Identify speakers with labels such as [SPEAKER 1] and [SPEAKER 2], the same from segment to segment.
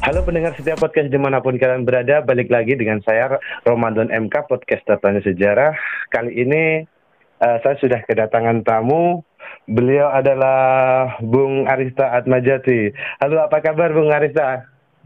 [SPEAKER 1] Halo pendengar setiap podcast dimanapun kalian berada, balik lagi dengan saya Ramadan MK, podcast Tanya Sejarah. Kali ini saya sudah kedatangan tamu. Beliau adalah Bung Arista Atmajati. Halo, apa kabar Bung Arista?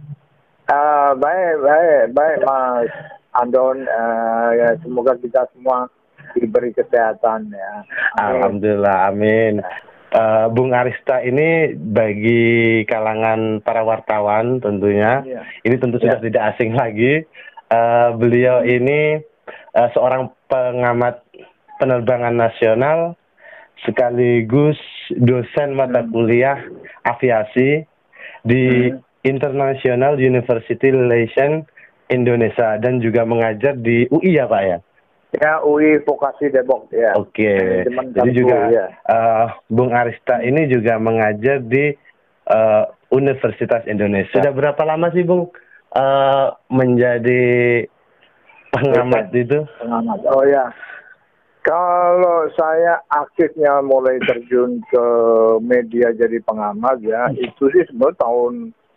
[SPEAKER 2] Baik Mas Andon. Ya, semoga kita semua diberi kesehatan ya.
[SPEAKER 1] Amin. Alhamdulillah, amin. Bung Arista ini bagi kalangan para wartawan tentunya, ini tentu sudah tidak asing lagi. Beliau ini seorang pengamat penerbangan nasional sekaligus dosen mata kuliah aviasi di International University Relation Indonesia dan juga mengajar di UI ya Pak ya?
[SPEAKER 2] Ya, UI Vokasi Depok ya.
[SPEAKER 1] Oke. Jadi juga Bung Arista ini juga mengajar di Universitas Indonesia. Sudah berapa lama sih Bung menjadi pengamat itu?
[SPEAKER 2] Pengamat. Oh ya. Kalau saya aktifnya mulai terjun ke media jadi pengamat ya, itu sih sebenarnya tahun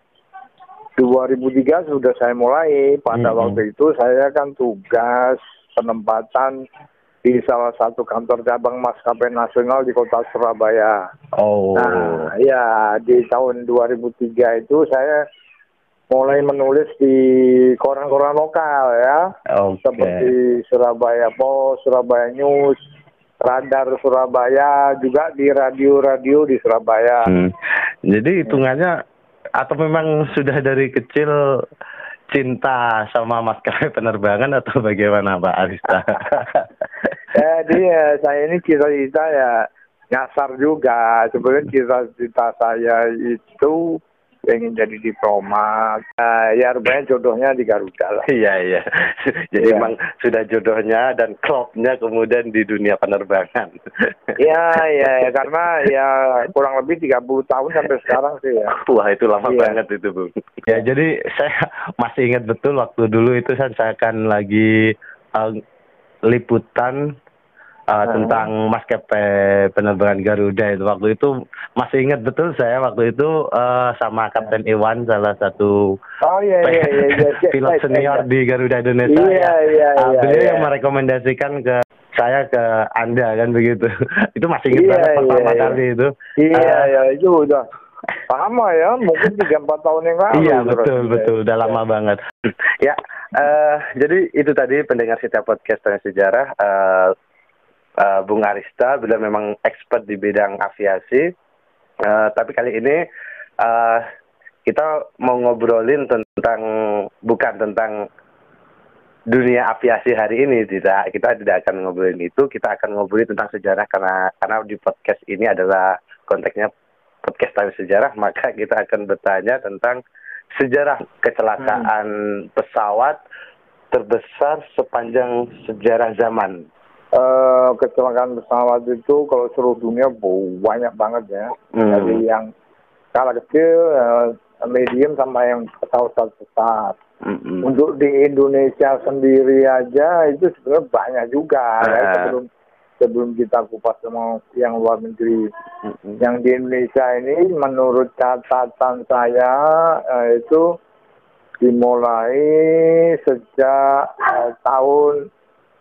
[SPEAKER 2] 2003 sudah saya mulai. Pada waktu itu saya kan tugas penempatan di salah satu kantor cabang maskapai nasional di kota Surabaya.
[SPEAKER 1] Oh.
[SPEAKER 2] Nah, ya di tahun 2003 itu saya mulai menulis di koran-koran lokal ya. Seperti Surabaya Post, Surabaya News, Radar Surabaya, juga di radio-radio di Surabaya.
[SPEAKER 1] Jadi hitungannya atau memang sudah dari kecil cinta sama maskapai penerbangan atau bagaimana Pak Arista?
[SPEAKER 2] Jadi saya ini cita-cita ya nyasar juga. Sebenarnya cita-cita saya itu ingin jadi diplomat. Ya rupanya jodohnya di Garuda lah.
[SPEAKER 1] Iya. Jadi memang sudah jodohnya dan klopnya kemudian di dunia penerbangan.
[SPEAKER 2] Iya, karena ya kurang lebih 30 tahun sampai sekarang sih ya.
[SPEAKER 1] Wah, itu lama banget itu, Bung. Ya, jadi saya masih ingat betul waktu dulu itu saya kan lagi liputan tentang maskapai penerbangan Garuda itu. Waktu itu masih ingat betul saya waktu itu sama Kapten Iwan, salah satu pilot senior di Garuda Indonesia. Beliau yang merekomendasikan ke saya ke Anda kan begitu. Itu masih ingat banget pertama kali itu.
[SPEAKER 2] Itu udah lama ya, mungkin 3-4 tahun yang lalu.
[SPEAKER 1] Iya, betul, udah lama banget. Ya, jadi itu tadi pendengar setiap podcast Tanya Sejarah. Bung Arista, beliau memang expert di bidang aviasi. Tapi kali ini kita mau ngobrolin bukan tentang dunia aviasi hari ini. Kita tidak akan ngobrolin itu. Kita akan ngobrolin tentang sejarah karena di podcast ini adalah konteksnya podcast Tanya Sejarah. Maka kita akan bertanya tentang sejarah kecelakaan pesawat terbesar sepanjang sejarah zaman.
[SPEAKER 2] Kecelakaan pesawat itu kalau seluruh dunia banyak banget ya. Dari yang skala kecil, medium, sama yang pesawat besar. Untuk di Indonesia sendiri aja itu sebenarnya banyak juga ya, sebelum kita kupas sama yang luar negeri. Yang di Indonesia ini menurut catatan saya itu dimulai sejak tahun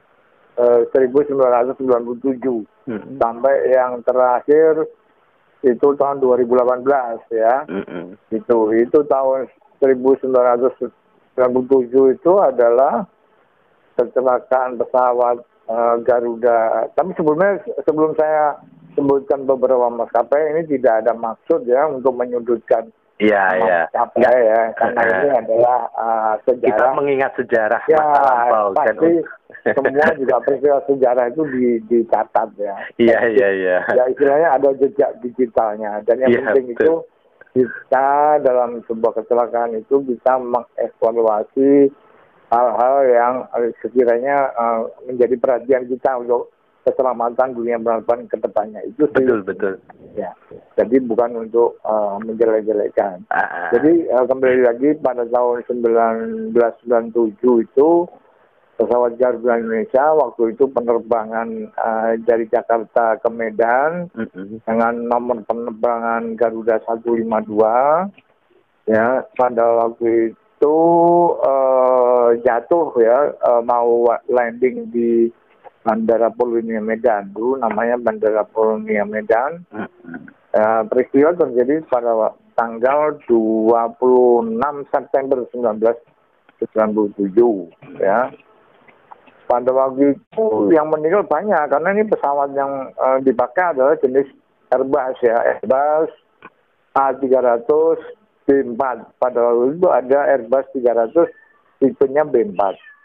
[SPEAKER 2] 1997 sampai yang terakhir itu tahun 2018 ya. Itu tahun 1997 itu adalah kecelakaan pesawat Garuda. Tapi sebelum saya sebutkan beberapa maskapai, ini tidak ada maksud ya untuk menyudutkan maskapai ya, karena ini adalah sejarah.
[SPEAKER 1] Kita mengingat sejarah
[SPEAKER 2] masa lampau. Pasti semua juga peristiwa sejarah itu dicatat ya.
[SPEAKER 1] Iya.
[SPEAKER 2] Ya istilahnya ada jejak digitalnya, dan yang penting itu kita dalam sebuah kecelakaan itu bisa mengevaluasi hal-hal yang sekiranya menjadi perhatian kita untuk keselamatan dunia penerbangan ke depannya. Itu
[SPEAKER 1] betul.
[SPEAKER 2] Ya. Jadi bukan untuk menjelek-jelekkan. Jadi kembali lagi pada tahun 1997 itu pesawat Garuda Indonesia waktu itu penerbangan dari Jakarta ke Medan dengan nomor penerbangan Garuda 152 ya pada waktu itu jatuh ya, mau landing di Bandara Polonia Medan, dulu namanya Bandara Polonia Medan. Peristiwa terjadi pada tanggal 26 September 1997 ya. Pada waktu itu yang meninggal banyak karena ini pesawat yang dipakai adalah jenis Airbus ya, Airbus A300 B4. Pada waktu itu ada Airbus 300 tipenya B4.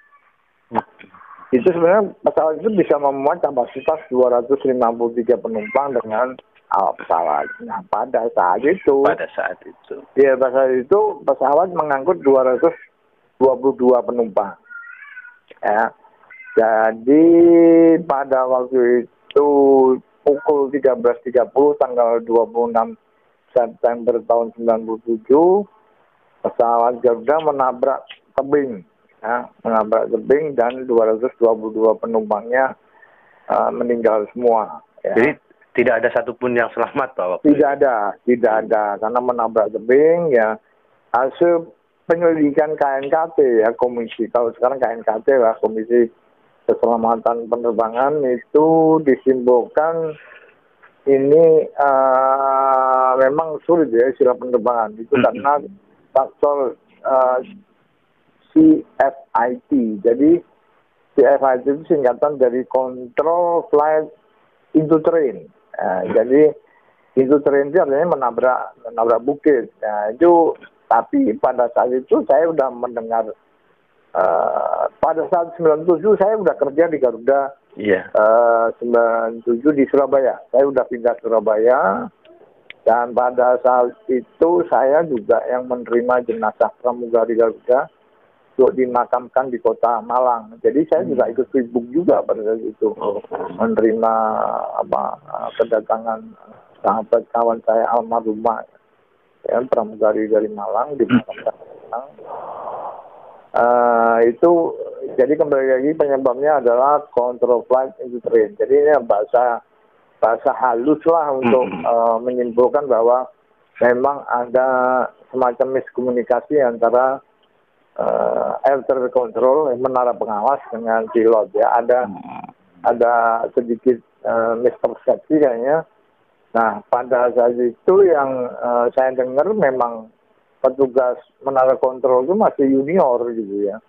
[SPEAKER 2] Itu sebenarnya pesawat itu bisa memuat kapasitas 253 penumpang dengan awak pesawat. Nah, pada saat itu ya, pada saat itu pesawat mengangkut 222 penumpang. Ya. Jadi pada waktu itu pukul 13.30 tanggal 26 September tahun 97, pesawat Garuda menabrak tebing. Ya, menabrak tebing dan 222 penumpangnya meninggal semua. Ya.
[SPEAKER 1] Jadi tidak ada satupun yang selamat Pak waktu
[SPEAKER 2] tidak ada karena menabrak tebing ya. Hasil penyelidikan KNKT ya, komisi, kalau sekarang KNKT lah, Komisi Keselamatan Penerbangan, itu disimpulkan ini memang sulit ya istilah penerbangan itu karena faktor CFIT. Jadi CFIT itu singkatan dari Control Flight into Terrain. Jadi into terrain itu artinya menabrak bukit. Nah, itu tapi pada saat itu saya sudah mendengar pada saat 97 saya sudah kerja di Garuda. 97 di Surabaya. Saya sudah pindah Surabaya. Dan pada saat itu saya juga yang menerima jenazah pramugari Garuda untuk dimakamkan di kota Malang. Jadi saya juga ikut sibuk juga pada saat itu menerima kedatangan sahabat kawan saya almarhumah ya, pramugari dari Malang dimakamkan di Malang. Itu jadi kembali lagi penyebabnya adalah control flight into terrain. Jadi ini bahasa halus lah untuk menyimpulkan bahwa memang ada semacam miskomunikasi antara air traffic control, menara pengawas dengan pilot ya. Ada sedikit mispersepsi kayaknya. Nah, pada saat itu yang saya dengar memang petugas menara kontrol itu masih junior gitu ya.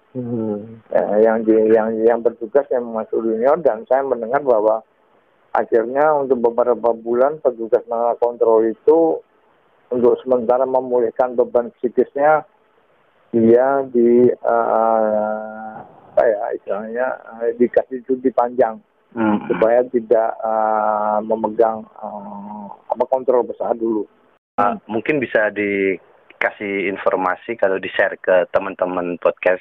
[SPEAKER 2] Yang bertugas yang masih junior, dan saya mendengar bahwa akhirnya untuk beberapa bulan petugas menara kontrol itu untuk sementara memulihkan beban psikisnya dia istilahnya dikasih cuti panjang supaya tidak memegang kontrol pesawat dulu.
[SPEAKER 1] Mungkin bisa dikasih informasi kalau di-share ke teman-teman podcast.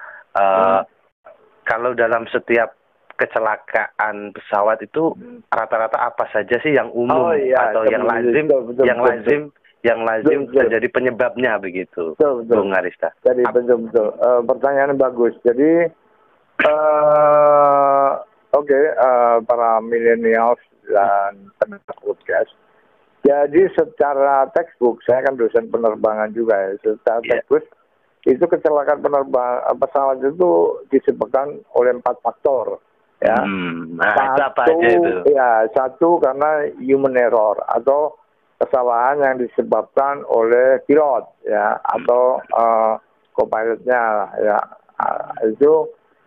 [SPEAKER 1] Kalau dalam setiap kecelakaan pesawat itu rata-rata apa saja sih yang umum atau yang lazim terjadi penyebabnya begitu, Bung Arista?
[SPEAKER 2] Jadi betul. Pertanyaan bagus. Jadi para milenials dan pendengar podcast. Jadi secara textbook, saya kan dosen penerbangan juga ya. Secara textbook itu kecelakaan pesawat itu disebabkan oleh 4 faktor. Ya, satu karena human error atau kesalahan yang disebabkan oleh pilot ya atau co-pilotnya ya. Itu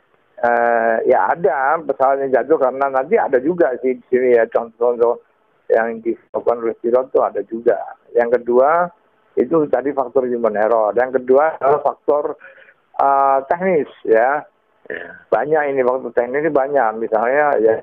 [SPEAKER 2] ada pesawat yang jatuh karena nanti ada juga sih di sini ya contoh-contoh yang disebabkan oleh pilot itu ada juga. Yang kedua itu tadi faktor human error. Yang kedua adalah faktor teknis ya. Banyak ini faktor teknis ini banyak. Misalnya ya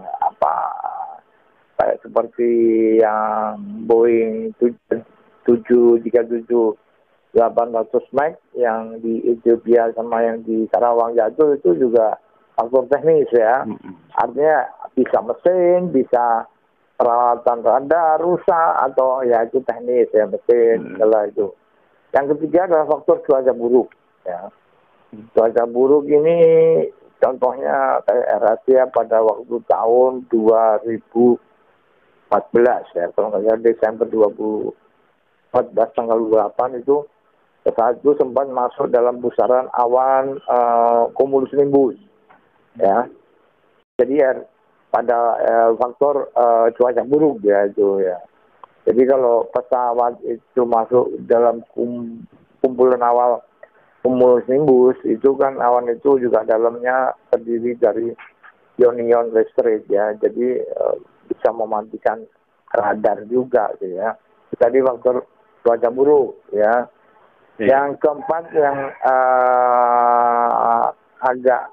[SPEAKER 2] kayak seperti yang Boeing 737-800 MAX yang di Ethiopia sama yang di Karawang jatuh itu juga faktor teknis ya. Artinya bisa mesin, bisa peralatan radar rusak atau ya itu teknis ya, mesin segala itu. Yang ketiga adalah faktor cuaca buruk ya. Cuaca buruk ini contohnya kayak AirAsia pada waktu tahun 2014 ya, kalau nggak salah Desember 2014 tanggal 28 itu pesawat itu sempat masuk dalam pusaran awan cumulus nimbus, ya. Jadi ya pada faktor cuaca buruk ya itu ya. Jadi kalau pesawat itu masuk dalam kumpulan awal cumulus nimbus, itu kan awan itu juga dalamnya terdiri dari ion-ion listrik ya. Jadi bisa mematikan radar juga gitu ya. Tadi faktor cuaca buruk ya. Yang keempat yang agak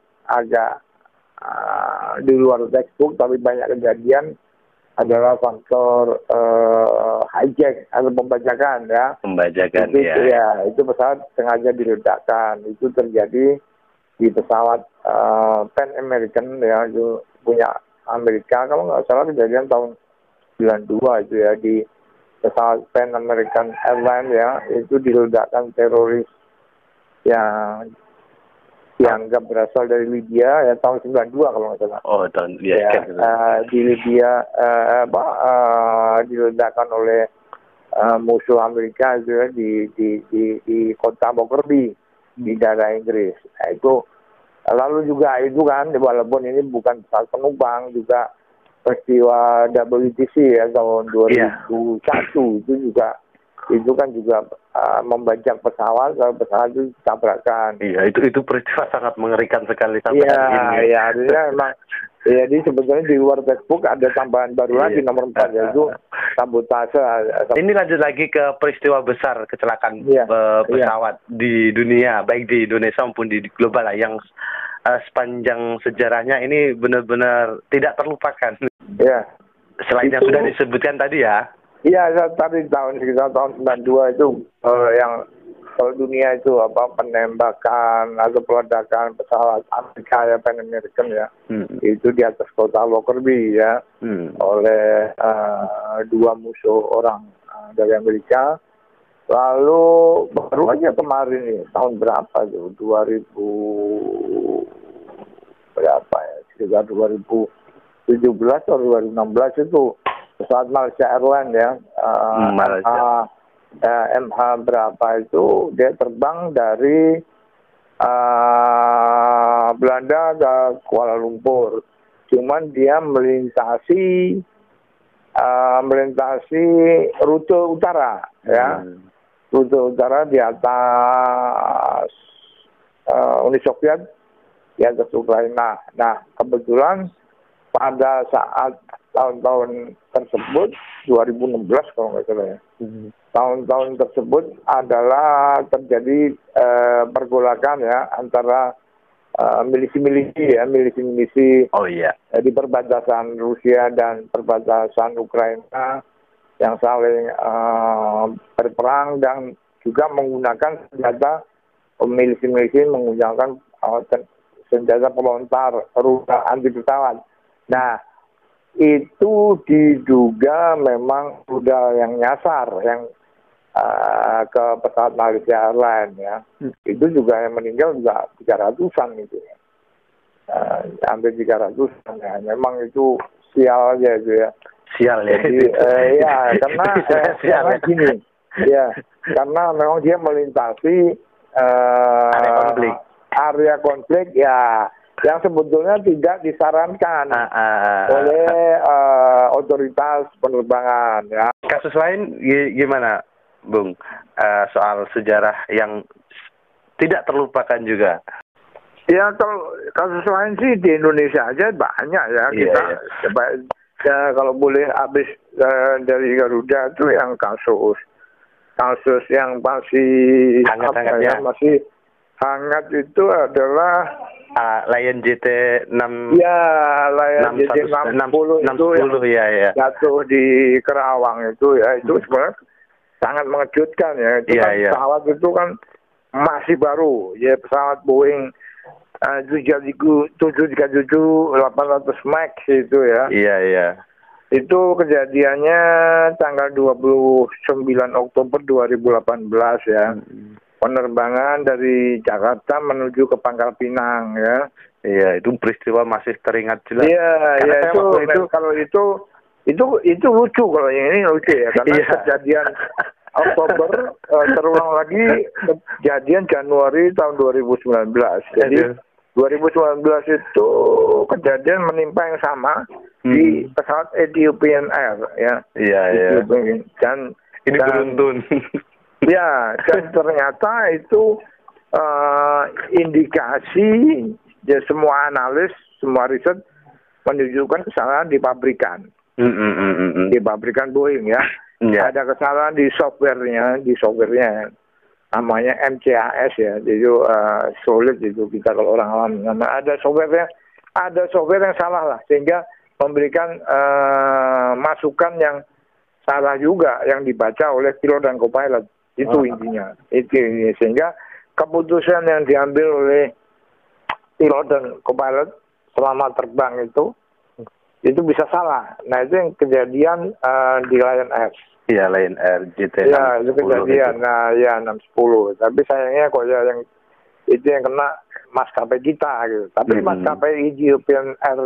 [SPEAKER 2] di luar textbook tapi banyak kejadian adalah faktor hijack atau pembajakan ya.
[SPEAKER 1] Pembajakan
[SPEAKER 2] itu,
[SPEAKER 1] ya.
[SPEAKER 2] Ya, itu pesawat sengaja diledakkan. Itu terjadi di pesawat Pan American ya, itu punya Amerika. Kalau nggak salah kejadian tahun 92 itu ya, di pesawat Pan American Airlines ya, itu diledakkan teroris yang dianggap berasal dari Libya ya, tahun 92 kalau nggak salah.
[SPEAKER 1] Oh, tahun ya,
[SPEAKER 2] di Libya diledakkan oleh musuh Amerika itu ya, di kota Lockerbie di daerah Inggris. Nah, itu lalu juga itu kan, walaupun ini bukan pesawat penumpang, juga peristiwa WTC ya tahun 2001 itu kan juga membajak pesawat, kalau pesawat itu tabrakan.
[SPEAKER 1] Iya, itu peristiwa sangat mengerikan sekali sampai
[SPEAKER 2] hari ini. Iya, artinya memang jadi sebetulnya di luar textbook ada tambahan baru lagi nomor 4 yaitu sabotase.
[SPEAKER 1] Ini lanjut lagi ke peristiwa besar kecelakaan pesawat di dunia, baik di Indonesia maupun di global lah, yang sepanjang sejarahnya ini benar-benar tidak terlupakan.
[SPEAKER 2] Iya.
[SPEAKER 1] Selain yang sudah disebutkan tadi ya.
[SPEAKER 2] Iya, tadi sekitar tahun 92 itu yang kalau dunia itu penembakan atau peledakan pesawat Amerika ya, Pan American ya, itu di atas kota Lockerbie ya, oleh dua musuh orang dari Amerika. Lalu baru aja kemarin nih, tahun berapa tuh, 2000 berapa ya, sekitar 2017 atau 2016 itu pesawat Malaysia Airlines ya, MH berapa itu, dia terbang dari Belanda ke Kuala Lumpur. Cuman dia melintasi rute utara ya, rute utara di atas Uni Soviet, di atas Ukraina. Nah, kebetulan pada saat tahun-tahun tersebut, 2016 kalau nggak salah ya, tahun-tahun tersebut adalah terjadi pergolakan ya antara milisi-milisi di perbatasan Rusia dan perbatasan Ukraina yang saling berperang dan juga menggunakan senjata, milisi-milisi menggunakan senjata pelontar rudal anti pesawat. Nah, itu diduga memang rudal yang nyasar yang ke pesawat Malaysia Airlines ya. Itu juga yang meninggal juga 300-an itu ya. Hampir 300-an ya. Memang itu sial aja itu ya.
[SPEAKER 1] Sial ya.
[SPEAKER 2] Jadi, karena gini ya, karena memang dia melintasi area konflik ya, yang sebetulnya tidak disarankan oleh otoritas penerbangan ya.
[SPEAKER 1] Kasus lain gimana, Bung? Soal sejarah yang tidak terlupakan juga.
[SPEAKER 2] Ya, kalau kasus lain sih di Indonesia aja banyak ya. Kita coba ya, kalau boleh habis dari Garuda itu yang kasus yang masih masih hangat itu adalah
[SPEAKER 1] Lion JT6.
[SPEAKER 2] Ya, Lion JT60 itu yang jatuh di Kerawang itu ya, itu sebenarnya sangat mengejutkan ya. Itu pesawat itu kan masih baru ya, pesawat Boeing 737-800 MAX itu ya.
[SPEAKER 1] Iya.
[SPEAKER 2] Itu kejadiannya tanggal 29 Oktober 2018 ya. Penerbangan dari Jakarta menuju ke Pangkal Pinang ya.
[SPEAKER 1] Iya, itu peristiwa masih teringat jelas.
[SPEAKER 2] Iya, itu kalau itu lucu, kalau yang ini lucu ya, karena Oktober terulang lagi kejadian Januari tahun 2019. Jadi 2019 itu kejadian menimpa yang sama di pesawat Ethiopian Air ya.
[SPEAKER 1] Iya, iya.
[SPEAKER 2] Dan
[SPEAKER 1] ini beruntun.
[SPEAKER 2] Ya, dan ternyata itu indikasi ya, semua analis, semua riset menunjukkan kesalahan di pabrikan. Di pabrikan Boeing ya. Ada kesalahan di softwarenya, namanya MCAS ya. Jadi sulit itu kita kalau orang awam. Ada software yang salah lah, sehingga memberikan masukan yang salah juga yang dibaca oleh pilot dan co-pilot. Itu intinya. Sehingga keputusan yang diambil oleh pilot dan co-pilot selama terbang itu bisa salah. Nah, itu yang kejadian di Lion Air. Iya,
[SPEAKER 1] Lion Air GT610.
[SPEAKER 2] Ya, itu kejadian. Itu. Nah, ya 610. Tapi sayangnya kok ya yang itu yang kena maskapai kita gitu. Tapi maskapai Ethiopian Air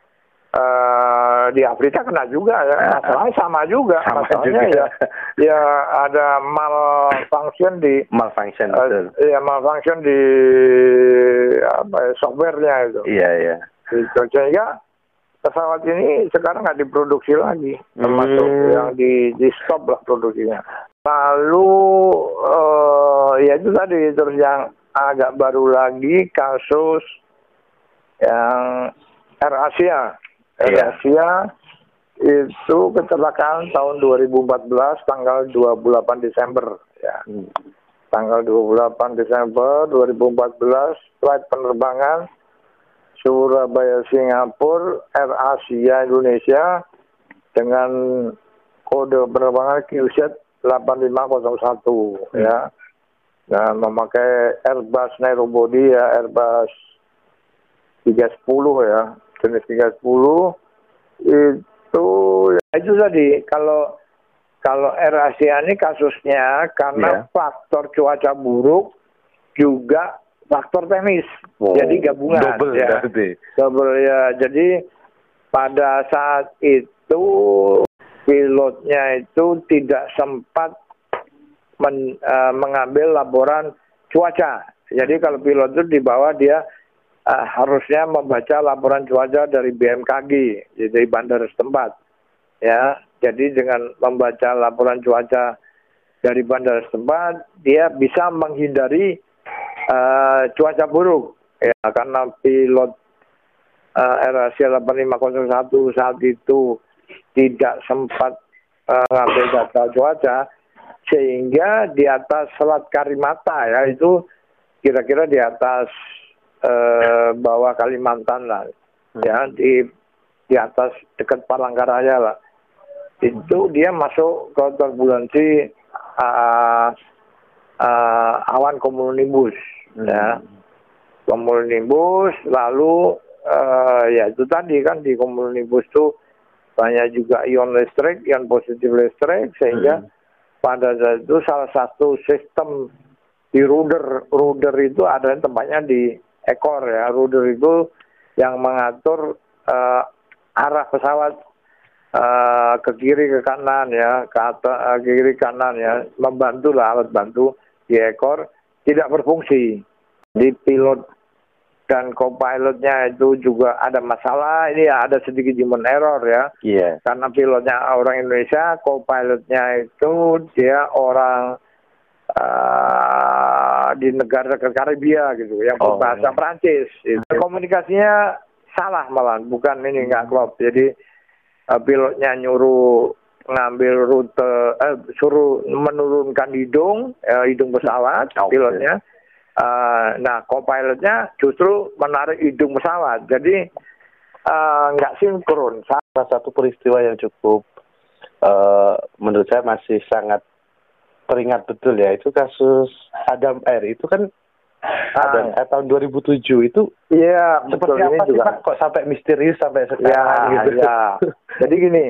[SPEAKER 2] di Afrika kena juga ya. Masalahnya sama juga. Masalahnya juga. ya ada malfunction di malfunction di softwarenya itu.
[SPEAKER 1] Iya.
[SPEAKER 2] Sehingga pesawat ini sekarang nggak diproduksi lagi, termasuk yang di stop lah produksinya. Lalu ya itu tadi, terus yang agak baru lagi kasus yang AirAsia. AirAsia itu kecelakaan tahun 2014 tanggal 28 Desember ya. Tanggal 28 Desember 2014 flight penerbangan Surabaya Singapura AirAsia Indonesia dengan kode penerbangan QZ 8501 ya. Nah, memakai Airbus narrowbody ya, Airbus 310 ya, jenis 310 itu tadi kalau AirAsia ini kasusnya karena faktor cuaca buruk juga faktor teknis, jadi gabungan. Double ya. Jadi pada saat itu pilotnya itu tidak sempat mengambil laporan cuaca. Jadi kalau pilot itu di bawah dia harusnya membaca laporan cuaca dari BMKG, dari bandara setempat. Ya, jadi dengan membaca laporan cuaca dari bandara setempat, dia bisa menghindari cuaca buruk ya, karena pilot AirAsia 8501 saat itu tidak sempat mengambil data cuaca, sehingga di atas Selat Karimata ya, itu kira-kira di atas bawah Kalimantan lah ya, di atas dekat Palangkaraya lah, itu dia masuk ke turbulensi awan cumulonimbus ya, cumulonimbus. Lalu ya itu tadi kan, di cumulonimbus itu banyak juga ion listrik, ion positif listrik, sehingga pada saat itu salah satu sistem di rudder itu ada tempatnya di ekor ya. Rudder itu yang mengatur arah pesawat ke kiri ke kanan ya, ke atas kiri kanan ya, membantu lah, alat bantu di ekor tidak berfungsi. Di pilot dan co-pilotnya itu juga ada masalah. Ini ya ada sedikit human error ya. Karena pilotnya orang Indonesia, co-pilotnya itu dia orang di negara Karibia gitu, yang berbahasa Prancis. Komunikasinya salah malah, bukan ini nggak klop. Jadi pilotnya nyuruh ngambil rute, suruh menurunkan hidung pesawat, pilotnya. Nah, co-pilotnya justru menarik hidung pesawat. Jadi nggak sinkron.
[SPEAKER 1] Salah satu peristiwa yang cukup menurut saya masih sangat teringat betul ya, itu kasus Adam Air. Itu kan Adam Air tahun 2007 itu.
[SPEAKER 2] Iya, betul.
[SPEAKER 1] Seperti apa sih Pak, kok sampai misterius sampai sekarang gitu.
[SPEAKER 2] Ya. Jadi gini,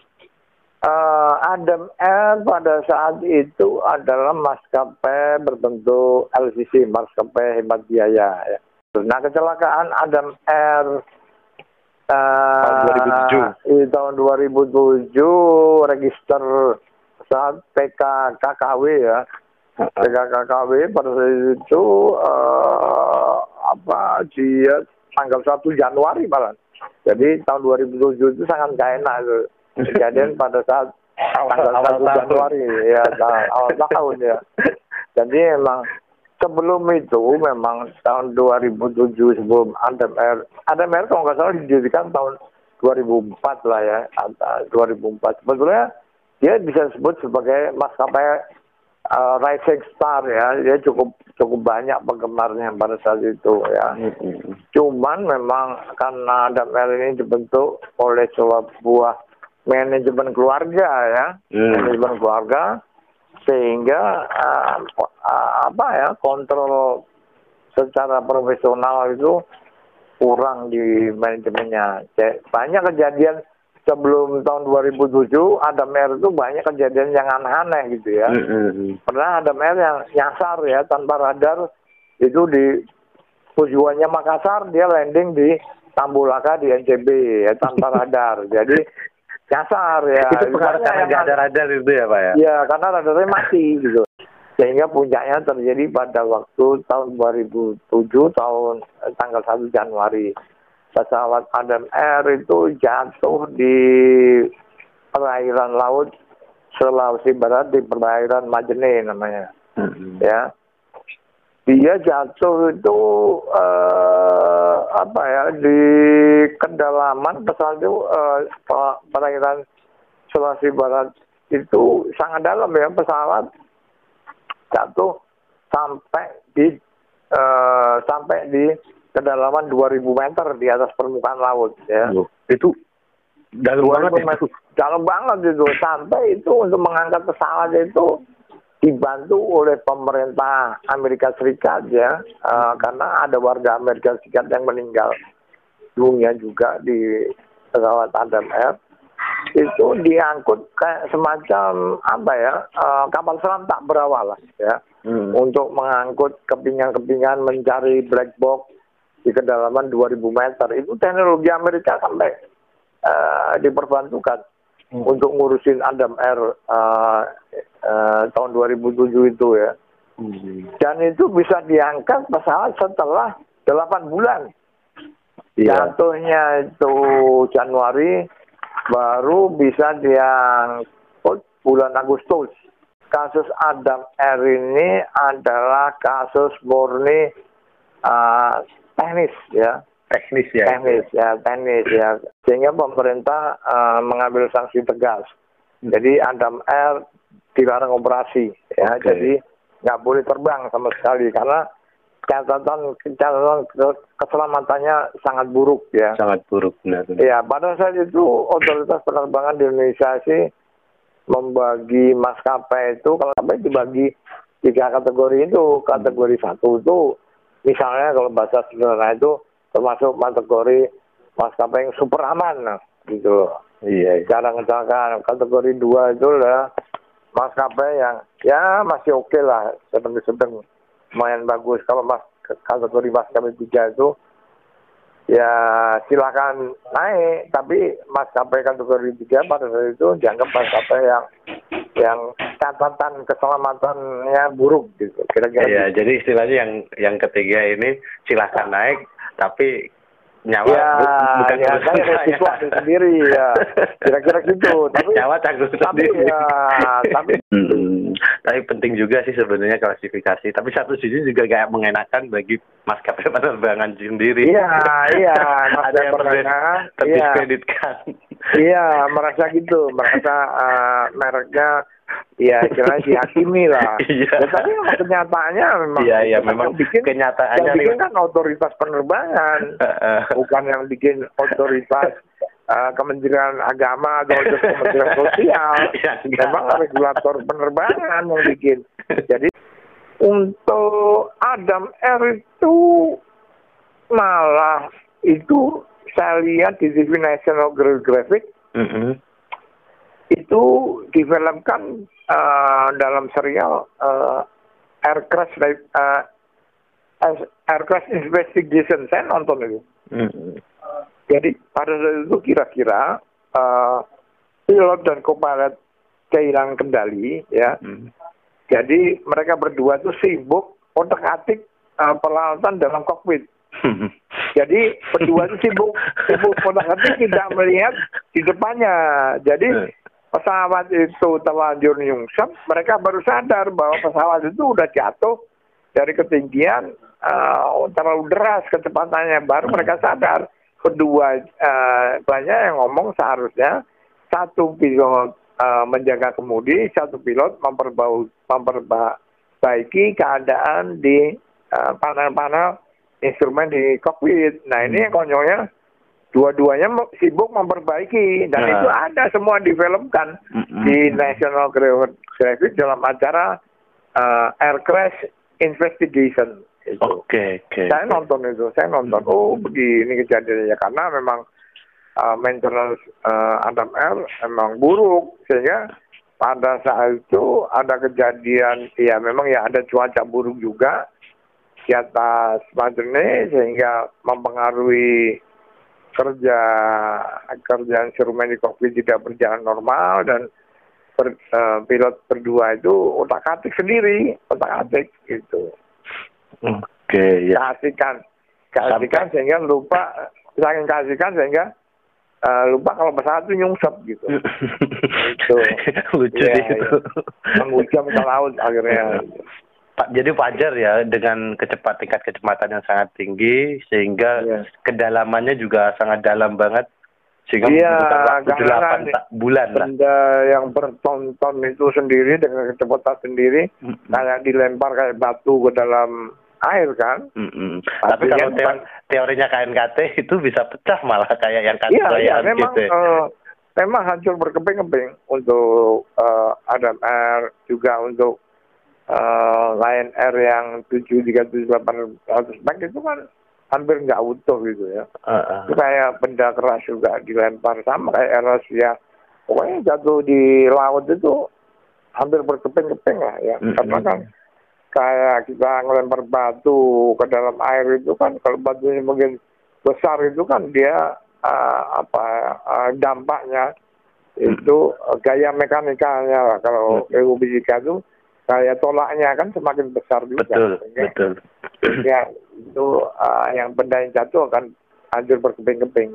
[SPEAKER 2] Adam Air pada saat itu adalah maskapai berbentuk LCC, maskapai hemat biaya ya. Nah, kecelakaan Adam Air
[SPEAKER 1] tahun 2007.
[SPEAKER 2] Tahun 2007 register pesawat PKKW ya. PKKW pada saat itu dia tanggal 1 Januari malah. Jadi tahun 2007 itu sangat gak enak itu. Kejadian pada saat tanggal 1 Januari ya, awal tahun ya. Jadi memang sebelum itu memang tahun 2007 sebelum Adam Air kalau nggak salah didirikan tahun 2004 lah ya, 2004. Sebetulnya dia bisa disebut sebagai maskapai rising star ya, dia cukup banyak penggemarnya pada saat itu ya. Cuman memang karena Adam Air ini dibentuk oleh sebuah manajemen keluarga ya, manajemen keluarga, sehingga kontrol secara profesional itu kurang di manajemennya. Banyak kejadian sebelum tahun 2007 Adam Air itu banyak kejadian yang aneh-aneh gitu ya. Pernah Adam Air yang nyasar ya tanpa radar itu di tujuannya Makassar, dia landing di Tambulaka di NCB ya tanpa radar. Jadi nyasar ya.
[SPEAKER 1] Itu karena nggak ada radar itu ya Pak ya?
[SPEAKER 2] Iya, karena radarnya mati gitu. Sehingga puncaknya terjadi pada waktu tahun 2007 tanggal 1 Januari. Pesawat Adam Air itu jatuh di perairan laut Sulawesi Barat, di perairan Majene namanya. Ya. Dia jatuh itu di kedalaman pesawat itu perairan Sulawesi Barat itu sangat dalam ya, pesawat jatuh sampai di kedalaman 2000 meter di atas permukaan laut ya.
[SPEAKER 1] Itu dalam banget itu.
[SPEAKER 2] Dalam banget itu, sampai itu untuk mengangkat pesawat itu dibantu oleh pemerintah Amerika Serikat ya, karena ada warga Amerika Serikat yang meninggal dunia juga di pesawat Adam Air. Itu diangkut kayak semacam kapal selam tak berawal lah ya, untuk mengangkut kepingan-kepingan mencari black box di kedalaman 2000 meter. Itu teknologi Amerika sampai diperbantukan untuk ngurusin Adam Air tahun 2007 itu ya. Dan itu bisa diangkat pesawat setelah 8 bulan. Jatuhnya itu Januari, baru bisa diangkut bulan Agustus. Kasus Adam Air ini adalah kasus murni teknis ya. Teknis ya. Sehingga pemerintah mengambil sanksi tegas. Jadi Adam Air dilarang operasi ya. Jadi nggak boleh terbang sama sekali karena catatan keselamatannya sangat buruk ya.
[SPEAKER 1] Sangat buruk benar.
[SPEAKER 2] Ya, pada saat itu otoritas penerbangan di Indonesia sih membagi maskapai itu, kalau sampai dibagi 3 kategori itu. Kategori 1 itu misalnya kalau bahasa sederhana itu termasuk kategori maskapai yang super aman gitu. Iya. Jarang kecelakaan. Kategori 2 itu lah maskapai yang ya masih oke lah, sedang lumayan bagus. Kalau kategori maskapai 3 itu ya silakan naik, tapi maskapai kategori 3 pada saat itu dianggap maskapai yang catatan keselamatannya buruk gitu. Kira-kira
[SPEAKER 1] iya, gitu. Jadi istilahnya yang ketiga ini silakan naik, tapi nyawa bukan
[SPEAKER 2] resiko sendiri ya. Kira-kira gitu. Tapi
[SPEAKER 1] nyawa tanggung sendiri. Tapi penting juga sih sebenarnya klasifikasi. Tapi satu sisi juga kayak mengenakan bagi maskapai penerbangan sendiri.
[SPEAKER 2] Iya.
[SPEAKER 1] Ada yang terdiskreditkan.
[SPEAKER 2] Iya, merasa gitu, merasa mereknya ya istilahnya dihakimi lah.
[SPEAKER 1] Iya.
[SPEAKER 2] Tapi kenyataannya memang.
[SPEAKER 1] Iya, memang kenyataannya.
[SPEAKER 2] Yang bikin kan otoritas penerbangan, bukan yang bikin otoritas Kementerian Agama atau Kementerian Sosial. Memang regulator penerbangan yang bikin. Jadi untuk Adam Air itu malah itu saya lihat di TV National Geographic itu difilmkan dalam serial Air Crash Investigation. Saya nonton itu. Jadi pada saat itu kira-kira pilot dan co-pilot kehilangan kendali ya. Jadi mereka berdua tuh sibuk otak-atik peralatan dalam kokpit. Jadi berdua itu sibuk otak-atik tidak melihat di depannya. Jadi pesawat itu terlanjur nyungsep, mereka baru sadar bahwa pesawat itu udah jatuh dari ketinggian terlalu deras kecepatannya. Baru mereka sadar. Kedua banyak yang ngomong seharusnya satu pilot menjaga kemudi, satu pilot memperbaiki keadaan di panel-panel instrumen di kokpit. Nah ini yang konyolnya dua-duanya sibuk memperbaiki dan itu ada semua developkan di National Geographic dalam acara Air Crash Investigation.
[SPEAKER 1] Oke.
[SPEAKER 2] Saya nonton. Oh begini kejadiannya karena memang maintenance Adam Air emang buruk sehingga pada saat itu ada kejadian ya memang ya ada cuaca buruk juga di atas Madrid sehingga mempengaruhi kerja instrumen di kokpit tidak berjalan normal dan pilot berdua itu otak-atik sendiri gitu.
[SPEAKER 1] Oke, ya.
[SPEAKER 2] Kasihkan sehingga lupa lupa kalau pesawat itu nyungsep gitu. Itu
[SPEAKER 1] lucu
[SPEAKER 2] ya,
[SPEAKER 1] itu.
[SPEAKER 2] Menghujam ke laut akhirnya.
[SPEAKER 1] Jadi wajar ya dengan tingkat kecepatan yang sangat tinggi sehingga kedalamannya juga sangat dalam banget sehingga membutuhkan waktu 8 bulan lah.
[SPEAKER 2] Benda yang berton-ton itu sendiri dengan kecepatan sendiri kayak dilempar kayak batu ke dalam air kan.
[SPEAKER 1] Tapi kalau teorinya KNKT itu bisa pecah malah kayak yang
[SPEAKER 2] Iya, memang gitu. Memang hancur berkeping-keping untuk Adam Air juga untuk Lion Air yang 737-800 MAX itu kan hampir nggak utuh gitu ya. Itu kayak benda keras juga dilempar sama kayak Aerosia. Pokoknya jatuh di laut itu hampir berkeping-keping lah ya. Karena kan kayak kita ngelempar batu ke dalam air itu kan kalau batunya mungkin besar itu kan dia dampaknya itu gaya mekanikanya lah. Kalau fisika itu kayak tolaknya kan semakin besar juga.
[SPEAKER 1] Betul.
[SPEAKER 2] Ya itu yang benda yang jatuh akan hancur berkeping-keping.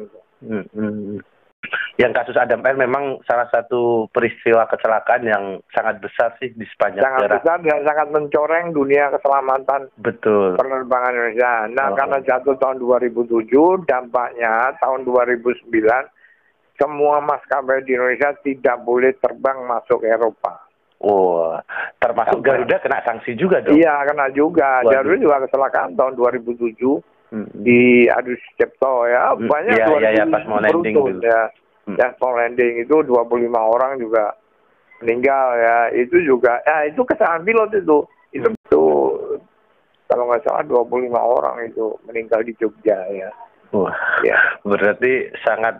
[SPEAKER 1] Yang kasus Adam Air memang salah satu peristiwa kecelakaan yang sangat besar sih di sepanjang sejarah.
[SPEAKER 2] Sangat besar dan sangat mencoreng dunia keselamatan penerbangan Indonesia. Nah karena jatuh tahun 2007, dampaknya tahun 2009 semua maskapai di Indonesia tidak boleh terbang masuk Eropa.
[SPEAKER 1] Termasuk Garuda kena sanksi juga dong?
[SPEAKER 2] Iya, kena juga. Garuda juga kecelakaan tahun 2007 di Adi Sucipto ya. Banyak
[SPEAKER 1] pas mau landing dulu.
[SPEAKER 2] Ya, mau landing itu 25 orang juga meninggal ya. Itu juga, itu kesalahan pilot itu. Itu kalau nggak salah 25 orang itu meninggal di Jogja ya.
[SPEAKER 1] Berarti sangat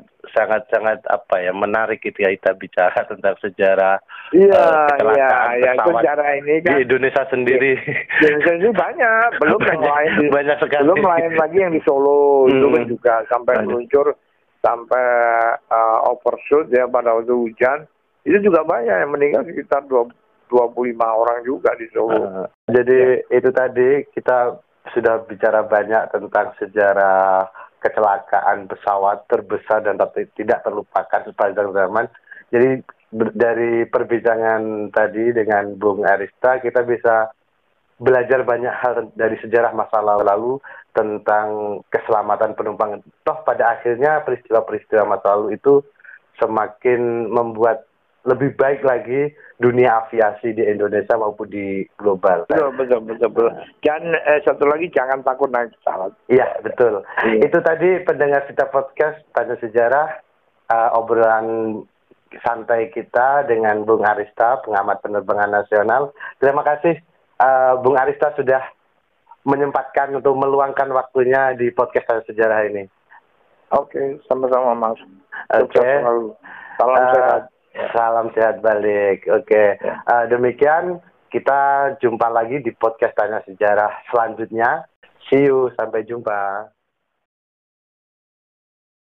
[SPEAKER 1] menarik kita bicara tentang sejarah kecelakaan pesawat
[SPEAKER 2] sejarah ini kan
[SPEAKER 1] di Indonesia sendiri.
[SPEAKER 2] Di Indonesia ini banyak, belum yang lain
[SPEAKER 1] banyak sekali.
[SPEAKER 2] Belum lain lagi yang di Solo itu kan juga sampai meluncur sampai overshoot ya pada waktu hujan. Itu juga banyak yang meninggal sekitar 25 orang juga di Solo.
[SPEAKER 1] Jadi itu tadi kita sudah bicara banyak tentang sejarah kecelakaan pesawat terbesar dan tidak terlupakan sepanjang zaman. Jadi dari perbincangan tadi dengan Bung Arista kita bisa belajar banyak hal dari sejarah masa lalu tentang keselamatan penumpang. Toh pada akhirnya peristiwa-peristiwa masa lalu itu semakin membuat lebih baik lagi dunia aviasi di Indonesia maupun di global.
[SPEAKER 2] Betul. Dan satu lagi jangan takut naik pesawat.
[SPEAKER 1] Iya, betul. Itu tadi pendengar kita podcast Tanya Sejarah, obrolan santai kita dengan Bung Arista, pengamat penerbangan nasional. Terima kasih Bung Arista sudah menyempatkan untuk meluangkan waktunya di podcast Tanya Sejarah ini.
[SPEAKER 2] Oke, sama-sama Mas.
[SPEAKER 1] Salam sehat. Salam sehat balik. Demikian kita jumpa lagi di podcast Tanya Sejarah selanjutnya. See you, sampai jumpa.